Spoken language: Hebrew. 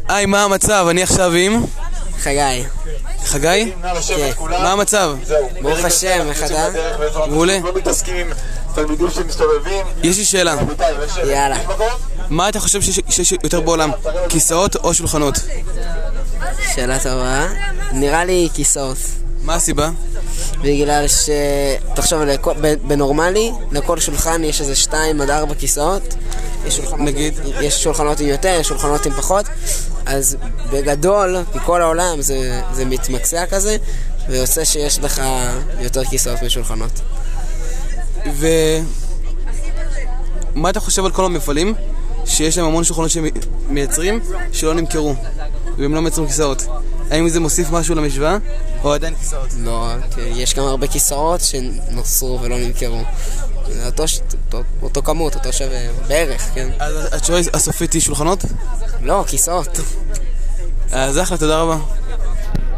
היי, מה המצב? אני עכשיו עם... חגי. חגי? כן. מה המצב? ברוך השם, איך אתה? מעולה. לא מתעסקים עם תלמידים שמסתובבים. יש לי שאלה. יאללה. מה אתה חושב שיש יותר בעולם? כיסאות או שולחנות? שאלה טובה. נראה לי כיסאות. מה הסיבה? בגלל ש... תחשוב, בנורמלי, לכל שולחן יש איזה 2 עד 4 כיסאות. נגיד? יש שולחנות עם יותר, יש שולחנות עם פחות. אז בגדול, בכל העולם זה מתמקצע כזה, ויוצא שיש לך יותר כיסאות משולחנות. מה אתה חושב על כל המפעלים שיש להם המון שולחנות שמייצרים שלא נמכרו והם לא מייצרים כיסאות? האם זה מוסיף משהו למשוואה או עדיין כיסאות? לא, יש גם הרבה כיסאות שנוצרו ולא נמכרו. אותו כמות, אותו שווה בערך, כן? אז התשובה הסופית היא שולחנות? לא, כיסאות. אז אחלה, תודה רבה.